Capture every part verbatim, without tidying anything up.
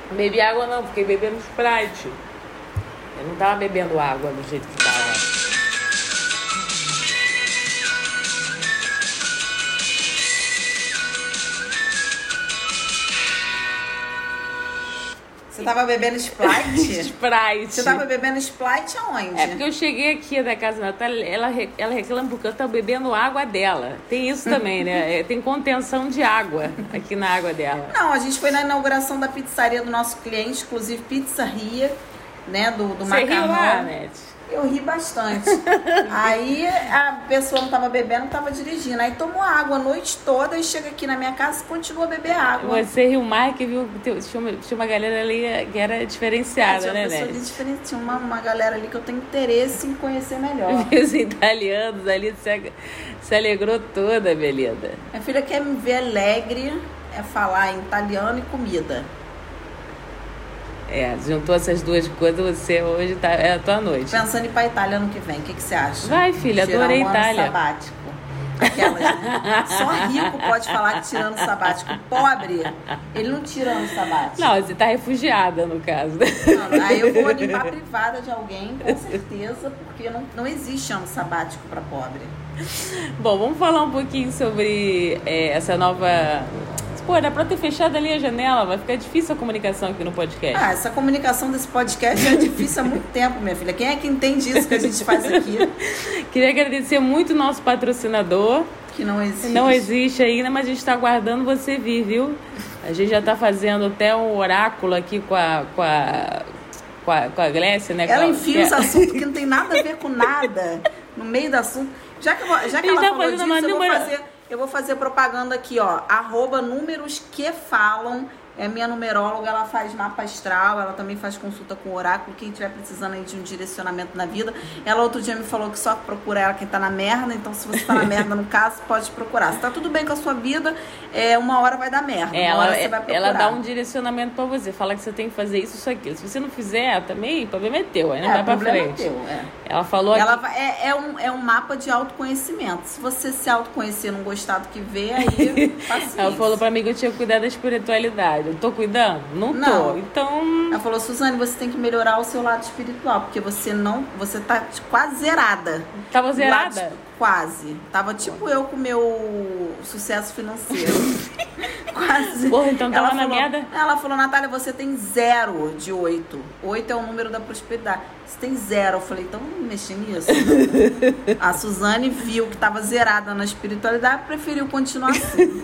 Bebi água não, fiquei bebendo Sprite. Eu não tava bebendo água do jeito que tava. Você tava bebendo Sprite? Sprite. Você tava bebendo Sprite aonde? É porque eu cheguei aqui da casa da Natália, ela, ela reclama porque eu tô bebendo água dela. Tem isso também, né? Tem contenção de água aqui na água dela. Não, a gente foi na inauguração da pizzaria do nosso cliente, inclusive Pizzaria, né? Do, do Você macarrão. riu lá, Nete? Eu ri bastante. Aí a pessoa não tava bebendo, tava dirigindo. Aí tomou água a noite toda e chega aqui na minha casa e continua a beber água. Você riu mais que viu que tinha uma, tinha uma galera ali que era diferenciada, é, né, Nete? Nete? Diferente, tinha uma, uma galera ali que eu tenho interesse em conhecer melhor. Os italianos ali se, se alegrou toda, Belinda. Minha filha quer me ver alegre, é falar em italiano e comida. É, juntou essas duas coisas, você hoje tá, é a tua noite. Pensando em ir pra Itália ano que vem, o que, que você acha? Vai, filha, Tirar adorei um ano Itália. sabático. Aquelas, né? Só rico pode falar que tirando sabático. Pobre, ele não tira ano sabático. Não, você tá refugiada, no caso. Não, aí eu vou limpar a privada de alguém, com certeza, porque não, não existe ano sabático pra pobre. Bom, vamos falar um pouquinho sobre é, essa nova... Pô, era pra ter fechado ali a janela, vai ficar difícil a comunicação aqui no podcast. Ah, essa comunicação desse podcast é difícil há muito tempo, minha filha. Quem é que entende isso que a gente faz aqui? Queria agradecer muito o nosso patrocinador. Que não existe. Não existe ainda, mas a gente tá aguardando você vir, viu? A gente já tá fazendo até um oráculo aqui com a... Com a... Com a, com a Glécia, né? Ela a, enfia os assuntos que não tem nada a ver com nada no meio do assunto. Já que, eu, já que ela tá falou disso, eu vou, número... fazer, eu vou fazer propaganda aqui, ó. Arroba números que falam. É minha numeróloga, ela faz mapa astral, ela também faz consulta com oráculo. Quem estiver precisando aí de um direcionamento na vida. Ela outro dia me falou que só procura ela quem tá na merda. Então, se você tá na merda no caso, pode procurar. Se tá tudo bem com a sua vida, é, uma hora vai dar merda. Uma ela, hora você vai procurar. Ela dá um direcionamento pra você. Fala que você tem que fazer isso, isso, aquilo. Se você não fizer, também, o problema é teu. Aí não é, vai pra É frente. teu, é. Ela falou ela aqui... vai, é, é, um, é um mapa de autoconhecimento. Se você se autoconhecer e não gostar do que vê, aí paciência. Ela falou pra mim que eu tinha que cuidar da espiritualidade. Eu tô cuidando? Não tô. Não. Então... Ela falou, Suzane, você tem que melhorar o seu lado espiritual, porque você não... Você tá quase zerada. Tava zerada? Lado, quase. Tava tipo eu com o meu sucesso financeiro. Quase. Porra, então tava ela na falou, merda? Ela falou, Natália, você tem zero de oito. Oito é o número da prosperidade. Você tem zero. Eu falei, então vamos mexer nisso. A Suzane viu que tava zerada na espiritualidade, preferiu continuar assim.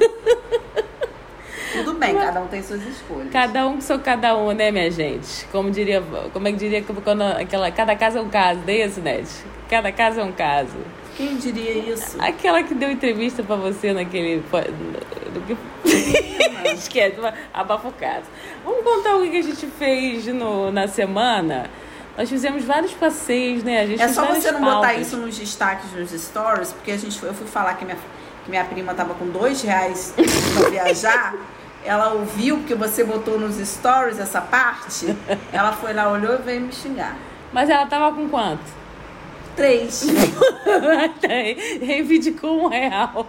Tudo bem, mas cada um tem suas escolhas. Cada um que sou cada um, né, minha gente? Como diria, como é que diria quando aquela, cada caso é um caso, não é isso, Nete? Cada caso é um caso. Quem diria isso? Aquela que deu entrevista pra você naquele... Do que... Esquece, abafa o caso. Vamos contar o que a gente fez no, na semana? Nós fizemos vários passeios, né? A gente é fez só você não pautas. botar isso nos destaques, nos stories, porque a gente, eu fui falar que minha, que minha prima tava com dois reais pra viajar. Ela ouviu porque você botou nos stories essa parte. Ela foi lá, olhou e veio me xingar. Mas ela tava com quanto? Três. Reivindicou um real.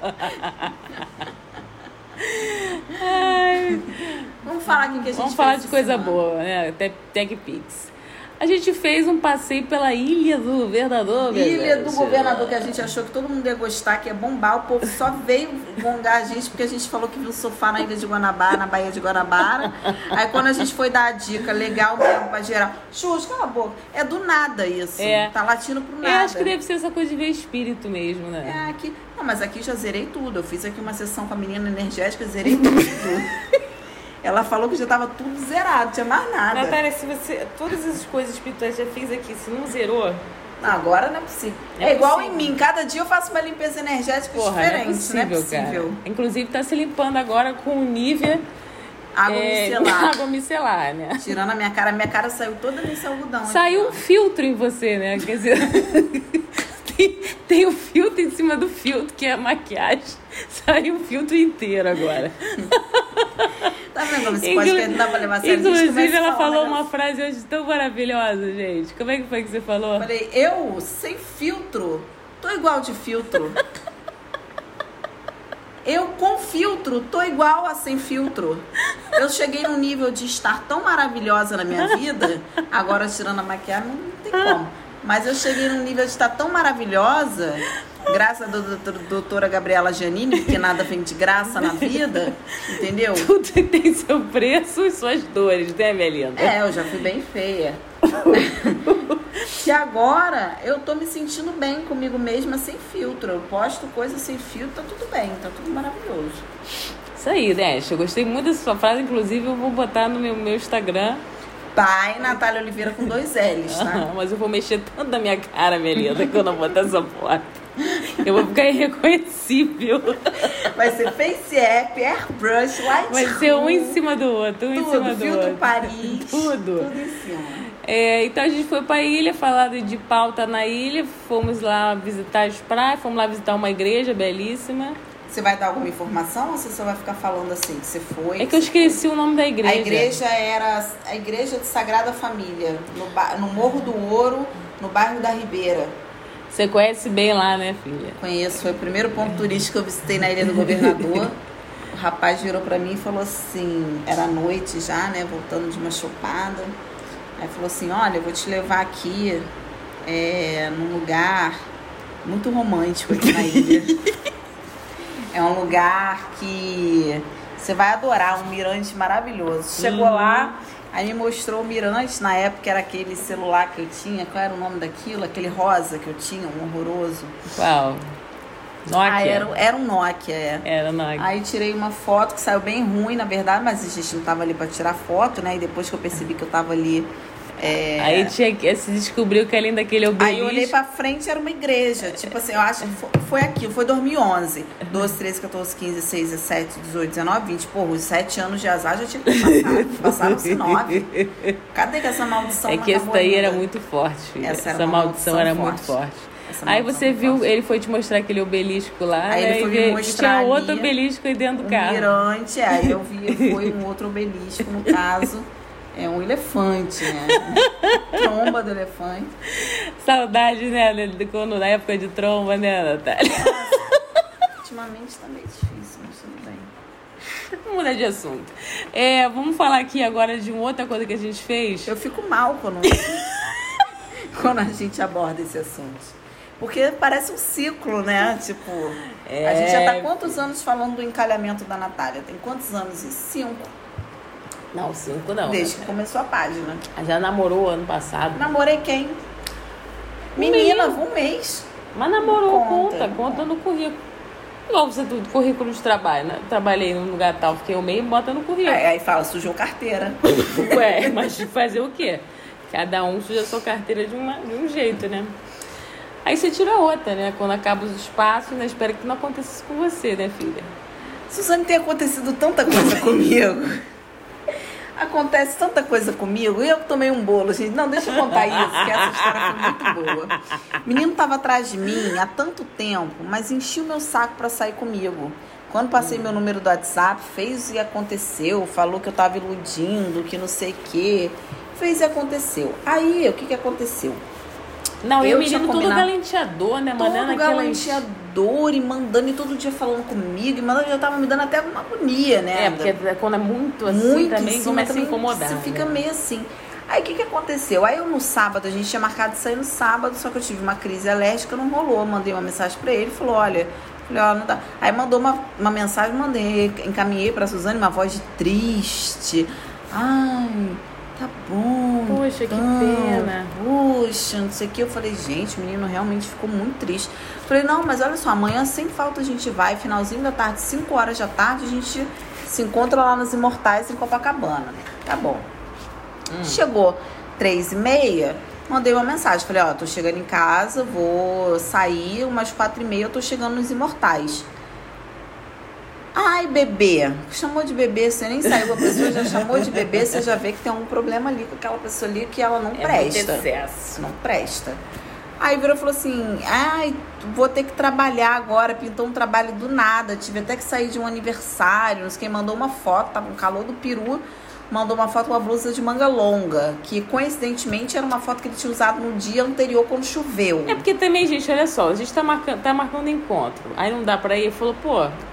Ai. Vamos falar aqui que a gente Vamos falar fez de coisa semana. boa, né? TechPix. A gente fez um passeio pela Ilha do Governador. Ilha do gente. Governador, que a gente achou que todo mundo ia gostar, que ia bombar. O povo só veio gongar a gente porque a gente falou que viu o sofá na Ilha de Guanabara, na Baía de Guanabara. Aí quando a gente foi dar a dica legal mesmo pra geral, Xuxa, cala a boca. É do nada isso. É. Tá latindo pro nada. Eu acho que deve ser essa coisa de ver espírito mesmo, né? É, aqui. Não, mas aqui já zerei tudo. Eu fiz aqui uma sessão com a menina energética, zerei tudo. Ela falou que já tava tudo zerado, não tinha mais nada. Natália, se você. Todas essas coisas espirituais que já fiz aqui, se não zerou. Não, agora não é possível. É É, igual possível. em mim, cada dia eu faço uma limpeza energética Porra, diferente. não é possível, não é possível. cara. Inclusive tá se limpando agora com Nivea. Água é, micelar. Água micelar, né? Tirando a minha cara, minha cara saiu toda nesse algodão. Saiu um aqui, filtro em você, né? Quer dizer, tem, tem o filtro em cima do filtro, que é a maquiagem. Saiu o filtro inteiro agora. Tá vendo como esse podcast não dá pra levar a sério? Inclusive, ela falou uma frase hoje tão maravilhosa, gente. Como é que foi que você falou? Eu falei, eu, sem filtro, tô igual de filtro. Eu com filtro, tô igual a sem filtro. Eu cheguei num nível de estar tão maravilhosa na minha vida, agora tirando a maquiagem, não tem como. Mas eu cheguei num nível de estar tão maravilhosa, graças à doutora Gabriela Giannini, porque nada vem de graça na vida, entendeu? Tudo tem seu preço e suas dores, né, minha linda? É, eu já fui bem feia. Que agora eu tô me sentindo bem comigo mesma sem filtro. Eu posto coisas sem filtro, tá tudo bem, tá tudo maravilhoso. Isso aí, Neste. Eu gostei muito dessa sua frase, inclusive eu vou botar no meu, meu Instagram. Pai Natália Oliveira com dois L's, tá? Mas eu vou mexer tanto na minha cara, minha linda, que eu não vou botar essa foto. Eu vou ficar irreconhecível. Vai ser face app, airbrush, light Vai ser um em cima do outro, um tudo, em cima do filtro outro. Paris, Tudo. Tudo em cima. É, então a gente foi pra ilha, falado de pauta na ilha, fomos lá visitar as praias, fomos lá visitar uma igreja belíssima. Você vai dar alguma informação ou você só vai ficar falando assim, que você foi? É que eu esqueci o nome da igreja. A igreja era a Igreja de Sagrada Família, no, ba... no Morro do Ouro, no bairro da Ribeira. Você conhece bem lá, né, filha? Conheço, foi o primeiro ponto turístico que eu visitei na Ilha do Governador. O rapaz virou pra mim e falou assim, era noite já, né, voltando de uma chopada. Aí falou assim, olha, eu vou te levar aqui é, num lugar muito romântico aqui na ilha. É um lugar que você vai adorar, um mirante maravilhoso. Chegou uhum. lá, aí me mostrou o mirante, na época era aquele celular que eu tinha, qual era o nome daquilo? Aquele rosa que eu tinha, um horroroso. Qual? Nokia? Ah, era, era um Nokia, é. Era Nokia. Aí tirei uma foto que saiu bem ruim, na verdade, mas a gente não tava ali pra tirar foto, né? E depois que eu percebi que eu tava ali... É... Aí tinha, se descobriu que além daquele obelisco... Aí eu olhei pra frente, era uma igreja. Tipo assim, eu acho que foi, foi aquilo, foi dois mil e onze. doze, treze, quatorze, quinze, dezesseis, dezessete, dezoito, dezenove, vinte. Porra, os sete anos de azar já tinha que passar. Passaram-se nove. Cadê que essa maldição É que esse daí ainda? Era muito forte, filha. Essa, essa maldição, maldição era forte. muito forte. Aí você viu, forte. Ele foi te mostrar aquele obelisco lá, aí né? Ele foi me mostrar tinha ali, outro obelisco aí dentro do um carro. Mirante, aí eu vi, foi um outro obelisco, no caso... É um elefante, né? Tromba do elefante. Saudade, né? De quando, na época de tromba, né, Natália? Nossa, ultimamente tá meio difícil, mas tudo bem. Vamos mudar de assunto. É, vamos falar aqui agora de uma outra coisa que a gente fez. Eu fico mal quando, quando a gente aborda esse assunto. Porque parece um ciclo, né? Tipo, é... a gente já tá quantos anos falando do encalhamento da Natália? Tem quantos anos isso? Cinco. Não, cinco não. Desde né? que começou a página. Já namorou ano passado. Namorei quem? Menina, um mês. Mas namorou, conta, conta, conta no currículo. Igual você do currículo de trabalho, né? Trabalhei num lugar tal, fiquei um mês, bota no currículo. É, aí fala, sujou carteira. Ué, mas fazer o quê? Cada um suja a sua carteira de, uma, de um jeito, né? Aí você tira outra, né? Quando acaba os espaços, né? Espero que não aconteça isso com você, né, filha? Suzane, tem acontecido tanta coisa comigo. Acontece tanta coisa comigo. E eu tomei um bolo, gente. Não, deixa eu contar isso, que essa história foi muito boa. O menino tava atrás de mim há tanto tempo, mas enchia o meu saco pra sair comigo. Quando passei meu número do WhatsApp, fez e aconteceu. Falou que eu tava iludindo, que não sei o quê. Fez e aconteceu. Aí, o que que aconteceu? Não, eu e o menino todo galanteador, né? Mandando todo galanteador e mandando, e todo dia falando comigo, e mandando, já tava me dando até uma agonia, né? É, porque quando é muito assim, muito também começa a incomodar. Você né? fica meio assim. Aí, o que que aconteceu? Aí, eu no sábado, a gente tinha marcado de sair no sábado, só que eu tive uma crise alérgica, não rolou. Mandei uma mensagem pra ele, falou, olha... Falei, ó, não dá. Aí, mandou uma, uma mensagem, mandei, encaminhei pra Suzane, uma voz de triste. Ai... Tá bom. Poxa, então, que pena. Puxa, não sei o que. Eu falei, gente, o menino realmente ficou muito triste. Falei, não, mas olha só, amanhã sem falta a gente vai, finalzinho da tarde, cinco horas da tarde, a gente se encontra lá nos Imortais em Copacabana. Tá bom. Hum. Chegou três e meia, mandei uma mensagem. Falei, ó, tô chegando em casa, vou sair, umas quatro e meia eu tô chegando nos Imortais. Ai, bebê. Chamou de bebê, você nem saiu, a pessoa já chamou de bebê, você já vê que tem um problema ali com aquela pessoa ali que ela não é presta. Muito excesso. Não presta. Aí virou e falou assim, ai, vou ter que trabalhar agora, pintou um trabalho do nada, tive até que sair de um aniversário, não sei quem, mandou uma foto, tava com calor do peru, mandou uma foto com uma blusa de manga longa, que coincidentemente era uma foto que ele tinha usado no dia anterior quando choveu. É porque também, gente, olha só, a gente tá marcando, tá marcando encontro, aí não dá pra ir, falou, pô...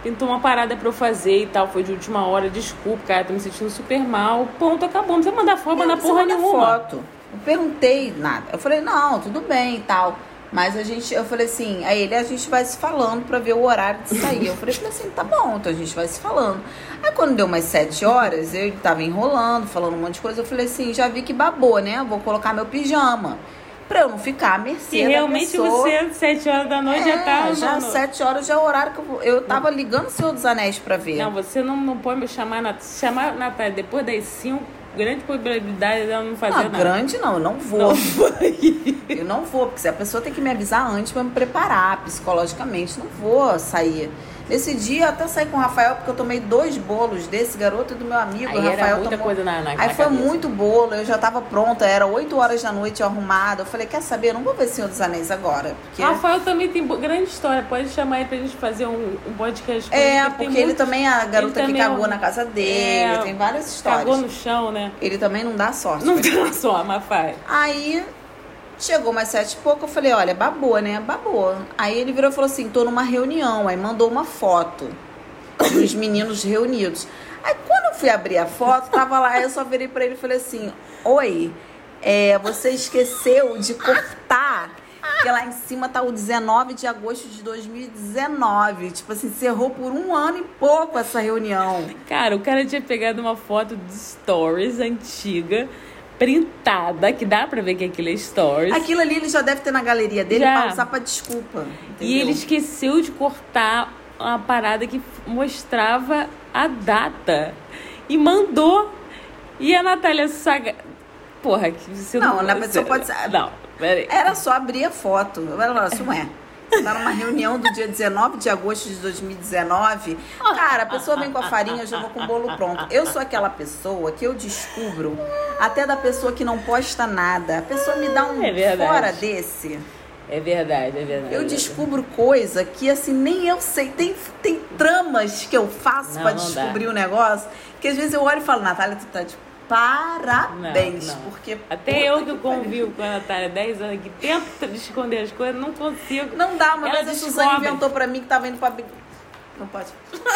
pintou uma parada pra eu fazer e tal, foi de última hora, desculpa, cara, tô me sentindo super mal. Ponto, acabou, não precisa mandar foto, mandar porra nenhuma. Foto. Eu perguntei nada. Eu falei, não, tudo bem e tal. Mas a gente, eu falei assim, aí ele, a gente vai se falando pra ver o horário de sair. Eu falei, falei assim, tá bom, então a gente vai se falando. Aí quando deu umas sete horas, eu tava enrolando, falando um monte de coisa, eu falei assim, já vi que babou, né? Eu vou colocar meu pijama. Pra eu não ficar à mercê da realmente pessoa. você, sete horas da noite, é, já tá... já sete horas já é o horário que eu, eu tava ligando o Senhor dos Anéis pra ver. Não, você não, não pode me chamar, Nat... chamar a Natália depois das cinco, grande probabilidade dela não fazer não, nada. Grande não, eu não vou. Não eu não vou, porque se a pessoa tem que me avisar antes pra me preparar psicologicamente, não vou sair. Nesse dia eu até saí com o Rafael, porque eu tomei dois bolos desse garoto e do meu amigo. Aí o Rafael era muita tomou... coisa na, na Aí na foi cabeça. muito bolo, eu já tava pronta, era oito horas da noite, eu arrumada. Eu falei, quer saber, eu não vou ver Senhor dos Anéis agora. Porque... Rafael também tem grande história, pode chamar ele pra gente fazer um, um podcast com É, ele. porque tem ele muito... também, a garota ele que também cagou é um... na casa dele, é... tem várias histórias. Cagou no chão, né? Ele também não dá sorte. Não dá só, mas faz. Aí... Chegou mais sete e pouco, eu falei, olha, babou, né? Babou. Aí ele virou e falou assim, tô numa reunião. Aí mandou uma foto dos meninos reunidos. Aí quando eu fui abrir a foto, tava lá, eu só virei pra ele e falei assim, oi, é, você esqueceu de cortar, porque lá em cima tá o dezenove de agosto de dois mil e dezenove. Tipo assim, encerrou por um ano e pouco essa reunião. Cara, o cara tinha pegado uma foto de stories antiga, printada, que dá pra ver que aquilo é stories. Aquilo ali ele já deve ter na galeria dele Já. pra usar pra desculpa. Entendeu? E ele esqueceu de cortar uma parada que mostrava a data. E mandou. E a Natália Saga... Porra, que você não... Não, a pessoa pode ser... Não, peraí. Era só abrir a foto. Eu falei assim, ué, você tá numa reunião do dia dezenove de agosto de dois mil e dezenove. Cara, a pessoa vem com a farinha, eu já vou com o bolo pronto. Eu sou aquela pessoa que eu descubro até da pessoa que não posta nada. A pessoa me dá um É fora desse. É verdade, é verdade. Eu descubro coisa que, assim, nem eu sei. Tem, tem tramas que eu faço Não, pra não descobrir dá. um negócio que às vezes eu olho e falo, Natália, tu tá de parabéns. Não, não. Porque Até eu que pariu. convivo com a Natália há dez anos, que tento esconder as coisas, não consigo. Não dá, uma Ela vez a descobre. Suzane inventou pra mim que tava indo pra... Big- Não pode.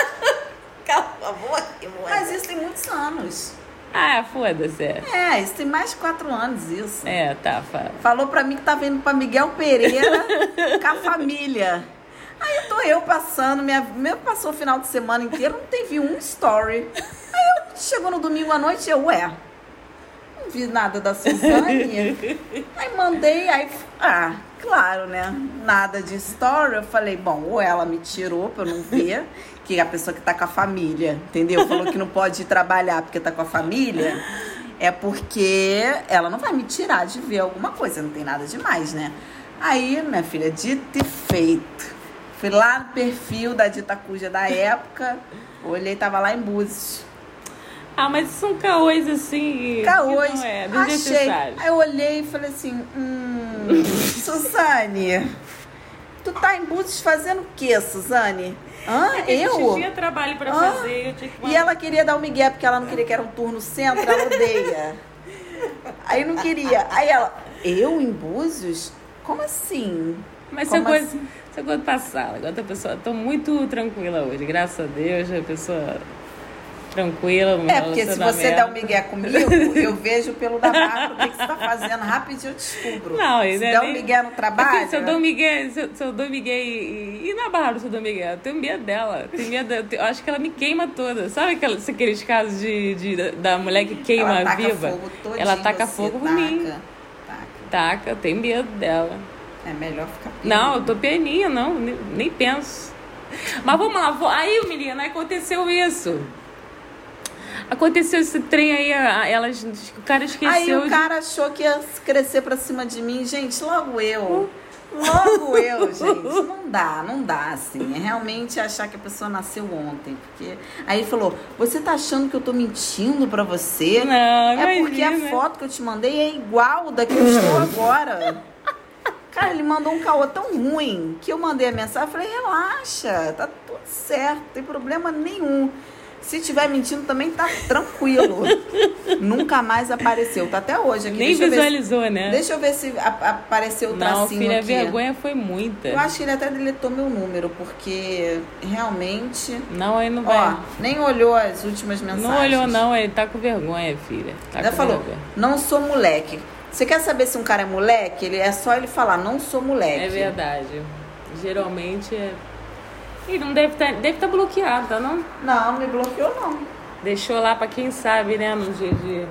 Cala a boca, mas isso tem muitos anos. Ah, foda-se. É, É, isso tem mais de quatro anos, isso. é tá, fala. Falou pra mim que tava indo pra Miguel Pereira com a família. Aí tô eu passando, minha, meu passou o final de semana inteiro, não teve um story. Aí eu, chegou no domingo à noite, eu, ué, não vi nada da Suzane. Aí mandei, aí, ah, claro, né, nada de story. Eu falei, bom, ou ela me tirou pra eu não ver, que é a pessoa que tá com a família, entendeu? Falou que não pode ir trabalhar porque tá com a família, é porque ela não vai me tirar de ver alguma coisa, não tem nada demais, né? Aí, minha filha, dito e feito. Fui lá no perfil da Dita Cuja da época, olhei, tava lá em Búzios. Ah, mas são caôs assim. Caôs, que não é, achei. desnecessários. Aí eu olhei e falei assim, hum, Suzane, tu tá em Búzios fazendo o quê, Suzane? Hã? É que a gente Eu? tinha trabalho pra Hã? fazer. Eu tinha que... E ela queria dar o migué, porque ela não queria que era um turno centro, ela odeia. Aí não queria. Aí ela, eu em Búzios? Como assim? Mas isso é Como coisa, assim? isso é coisa passada. Agora a pessoa, tô muito tranquila hoje, graças a Deus, a pessoa tranquila. no É, porque se você der um relacionamento. migué comigo, eu vejo pelo da Bárbara, o que, que você tá fazendo, rapidinho eu descubro. Não, se isso é der um nem- migué no trabalho... Assim, se eu dou um migué, se eu, se eu dou migué e, e na Bárbara se eu dou migué, eu tenho medo dela. Eu tenho medo, eu, tenho- eu acho que ela me queima toda. Sabe aquelas, aqueles casos de, de, da mulher que queima ela taca viva? fogo todinho, Ela taca você fogo em taca, mim. taca. Taca, eu tenho medo dela. É melhor ficar... Não, eu tô pianinha, não, nem, nem penso. Mas vamos lá, vou- aí, menina, aconteceu isso. Aconteceu esse trem aí, a- elas, o cara esqueceu Aí o de- cara achou que ia crescer pra cima de mim. Gente, logo eu. Logo eu, gente. Não dá, não dá, assim. É realmente achar que a pessoa nasceu ontem. Porque... Aí ele falou, você tá achando que eu tô mentindo pra você? Não, É porque a imagina. foto que eu te mandei é igual da que eu estou agora. Cara, ele mandou um caô tão ruim que eu mandei a mensagem e falei, relaxa, tá tudo certo, não tem problema nenhum. Se tiver mentindo também tá tranquilo. Nunca mais apareceu. Tá até hoje aqui. Nem Deixa eu ver visualizou, se- né? Deixa eu ver se a- apareceu o Não, tracinho filha, a aqui. vergonha foi muita. Eu acho que ele até deletou meu número, porque realmente... Não, aí não vai. Ó, nem olhou as últimas mensagens. Não olhou, não. Ele tá com vergonha, filha. Tá Ainda com falou, vergonha. não sou moleque. Você quer saber se um cara é moleque? Ele, é só ele falar, não sou moleque. É verdade. Geralmente é. E não deve estar deve tá bloqueado, tá não? Não, me bloqueou não. Deixou lá pra quem sabe, né? No dia de,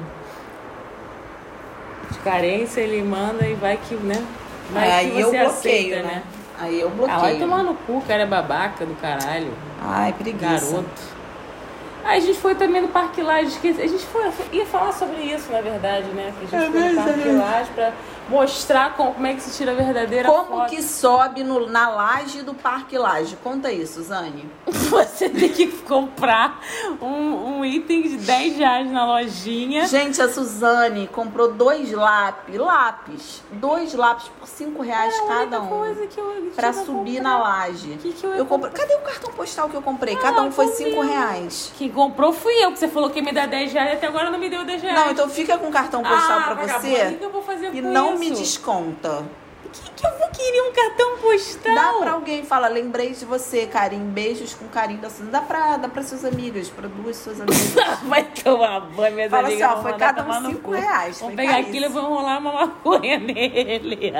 de carência, ele manda e vai que, né? Vai Aí que eu você bloqueio, aceita, né? né? Aí eu Ah, bloqueio. vai tomar no cu, cara é babaca do caralho. Ai, preguiça. Garoto. Aí a gente foi também no Parque Lage, esqueci. A gente foi, ia falar sobre isso, na verdade, né? Que a gente É foi no Parque verdade. Lage pra mostrar como, como é que se tira a verdadeira Como foto. que sobe no, na laje do Parque Laje? Conta isso, Zane. Você tem que comprar um, um item de dez reais na lojinha. Gente, a Suzane comprou dois lápis, lápis, dois lápis por cinco reais É a cada única um. coisa que eu Pra tinha subir comprar. na laje. Que que eu ia eu comprei. comprar? Cadê o cartão postal que eu comprei? Ah, Cada um foi tô cinco vendo. reais. Quem comprou fui eu, que você falou que ia me dar dez reais e até agora não me deu dez reais. Não, então fica com o cartão postal ah, pra vagabunda, você o que eu vou fazer e com não isso? me desconta. Que que eu vou querer um cartão postal? Dá pra alguém, fala, lembrei de você, carinho, beijos com carinho da Suzane. Dá pra, dá pra suas amigas, pra duas suas amigas. Vai tomar banho, minhas Fala assim, amigas ó, vão foi mandar cada tomar um no cinco cu. reais. Vamos foi pegar caríssimo. aquilo e vamos rolar uma maconha nele.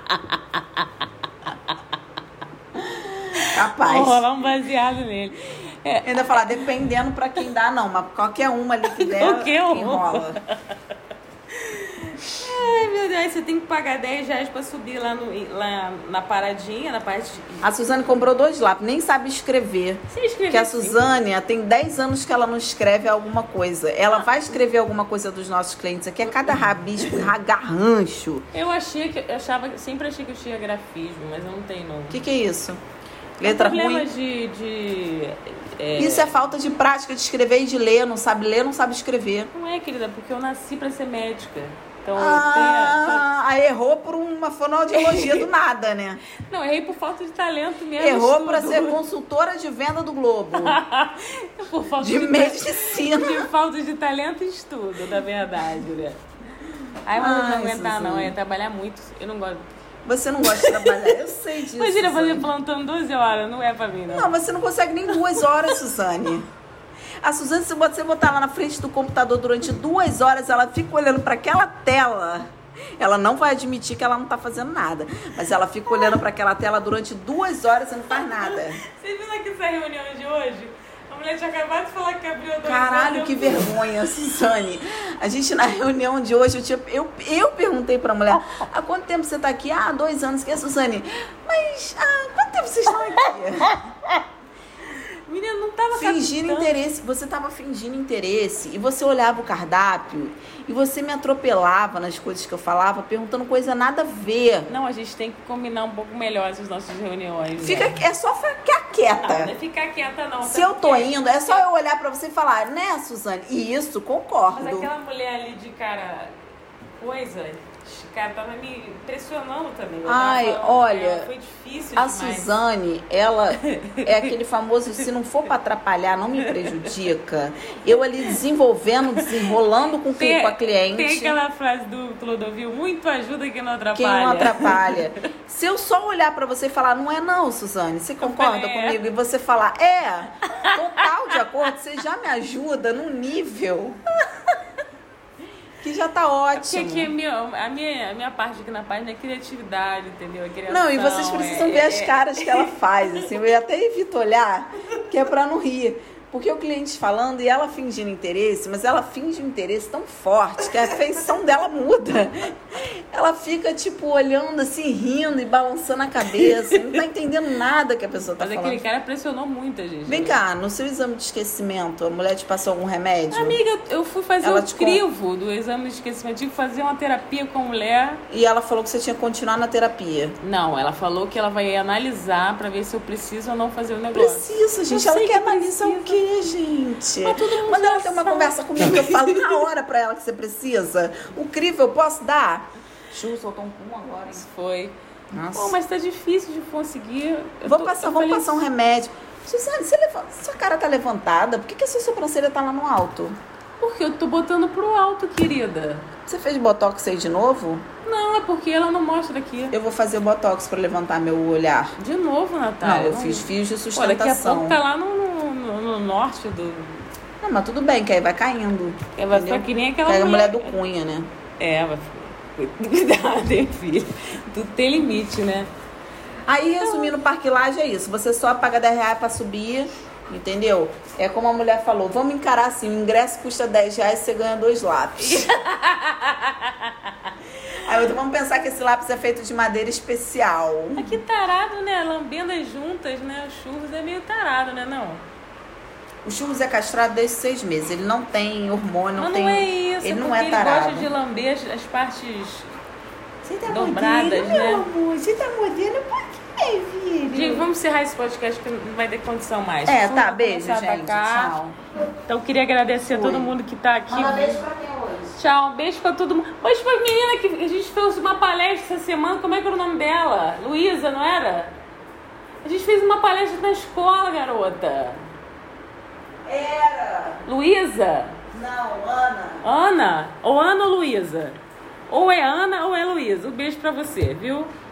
Capaz. Vamos rolar um baseado nele. É, Ainda falar, dependendo pra quem dá, não, mas qualquer uma ali que der, Qualquer um. enrola. Ai, meu Deus, você tem que pagar dez reais pra subir lá, no, lá na paradinha, na parte... A Suzane comprou dois lápis, nem sabe escrever. Você escreveu Porque a assim? Suzane tem dez anos que ela não escreve alguma coisa. Ela vai escrever alguma coisa dos nossos clientes aqui, é cada rabisco, garrancho. Eu achei que... Eu achava, sempre achei que eu tinha grafismo, mas eu não tenho, não. O que, que é isso? Letra problema ruim? de... de é... Isso é falta de prática de escrever e de ler. Não sabe ler, não sabe escrever. Não é, querida, porque eu nasci pra ser médica. Então eu tenho... Ah, aí errou por uma fonoaudiologia do nada, né? Não, errei por falta de talento mesmo. Errou estudo. pra ser consultora de venda do Globo. Por falta De de, medicina. De falta de talento e estudo, na verdade, né? Ai, mas eu não Ai, aguentar, não. Suzane. É trabalhar muito. Eu não gosto. Você não gosta de trabalhar, eu sei disso. Imagina fazer Suzane. plantão doze horas, não é pra mim, não. Não, você não consegue nem duas horas, Suzane. A Suzane, se você botar lá na frente do computador durante duas horas, ela fica olhando para aquela tela. Ela não vai admitir que ela não tá fazendo nada. Mas ela fica olhando para aquela tela durante duas horas e não faz nada. Você viu aqui essa reunião de hoje? A mulher tinha acabado de falar que abriu dois Caralho, anos, que eu- vergonha, Suzane. A gente, na reunião de hoje, eu, tinha, eu, eu perguntei pra mulher, há quanto tempo você tá aqui? Ah, dois anos. Que é, Suzane? Mas, ah, quanto tempo vocês estão aqui? Menina, não tava Fingindo captando. interesse. Você tava fingindo interesse. E você olhava o cardápio e você me atropelava nas coisas que eu falava, perguntando coisa nada a ver. Não, a gente tem que combinar um pouco melhor essas nossas reuniões. Fica, né? é só ficar Não, quieta. não é ficar quieta, não. Se sabe eu tô por quê? indo, é só eu olhar pra você e falar, né, Suzane? E isso, concordo. Mas aquela mulher ali de cara coisa, cara, tava me impressionando também. Eu Ai, tava falando olha, com ela, foi difícil A demais. Suzane, ela é aquele famoso, se não for pra atrapalhar, não me prejudica. Eu ali desenvolvendo, desenrolando com, Tem, com a cliente. tem aquela frase do Clodovil, muito ajuda que não atrapalha. Quem não atrapalha. Se eu só olhar pra você e falar, não é não, Suzane, você concorda falei, é. comigo? E você falar, é, total de acordo, você já me ajuda num nível que já tá Porque ótimo. aqui a minha, a, minha, a minha parte aqui na página é criatividade, entendeu? É criação, Não, e vocês precisam é- ver as é- caras que ela faz, assim, eu até evito olhar, que é pra não rir. Porque o cliente falando e ela fingindo interesse, mas ela finge um interesse tão forte que a feição dela muda. Ela fica, tipo, olhando assim, rindo e balançando a cabeça, não tá entendendo nada que a pessoa tá Mas falando. aquele cara pressionou muito a gente. Vem cá, no seu exame de esquecimento, a mulher te passou algum remédio? Amiga, eu fui fazer Ela o te crivo do exame de esquecimento. Tive que fazer uma terapia com a mulher. E ela falou que você tinha que continuar na terapia. Não, ela falou que ela vai analisar pra ver se eu preciso ou não fazer o negócio. Precisa, gente. Eu Ela sei quer que analisar o precisa. quê, gente? Mas todo mundo Manda ela já ter uma sabe. conversa comigo que eu falo na hora pra ela que você precisa. O crivo eu posso dar? Chu, soltou um pum agora, hein? Isso foi. Nossa. Pô, mas tá difícil de conseguir. Eu Vou tô- passar, eu vamos falei, passar um remédio. Suzane, você levanta, sua cara tá levantada? Por que, que a sua sobrancelha tá lá no alto? Porque eu tô botando pro alto, querida. Você fez botox aí de novo? Não, é porque ela não mostra aqui. Eu vou fazer o botox pra levantar meu olhar. De novo, Natália. Não, eu fiz fios de Olha, sustentação. daqui a pouco tá lá no, no, no norte do... Não, mas tudo bem, que aí vai caindo. É, vai ficar que nem aquela Pega mulher. a mulher do Cunha, né? É, vai ficar... Cuidado, hein, filho. Tudo tem limite, né? Aí, resumindo, parquilagem é isso. Você só paga dez reais pra subir, entendeu? É como a mulher falou, vamos encarar assim, o ingresso custa dez reais e você ganha dois lápis. Aí eu, vamos pensar que esse lápis é feito de madeira especial. Ah, que tarado, né? Lambendas juntas, né? Os churros é meio tarado, né? Não? O churros é castrado desde seis meses. Ele não tem hormônio, não Mas tem... não é isso, ele é não porque é tarado. ele gosta de lamber as, as partes Você tá dobradas, mordendo, né? meu amor? Você tá mordendo por quê, filho? Gente, vamos encerrar esse podcast que não vai ter condição mais. É, Vamos tá, beijo, começar a gente. atacar. Tchau. Então, queria agradecer a Fui. todo mundo que tá aqui. Manda beijo pra quem hoje? Tchau, beijo pra todo mundo. Hoje foi a menina que a gente fez uma palestra essa semana. Como é que era o nome dela? Luísa, não era? A gente fez uma palestra na escola, garota. Era. Luísa? Não, Ana. Ana? Ou Ana ou Luísa? Ou é Ana ou é Luísa. Um beijo pra você, viu?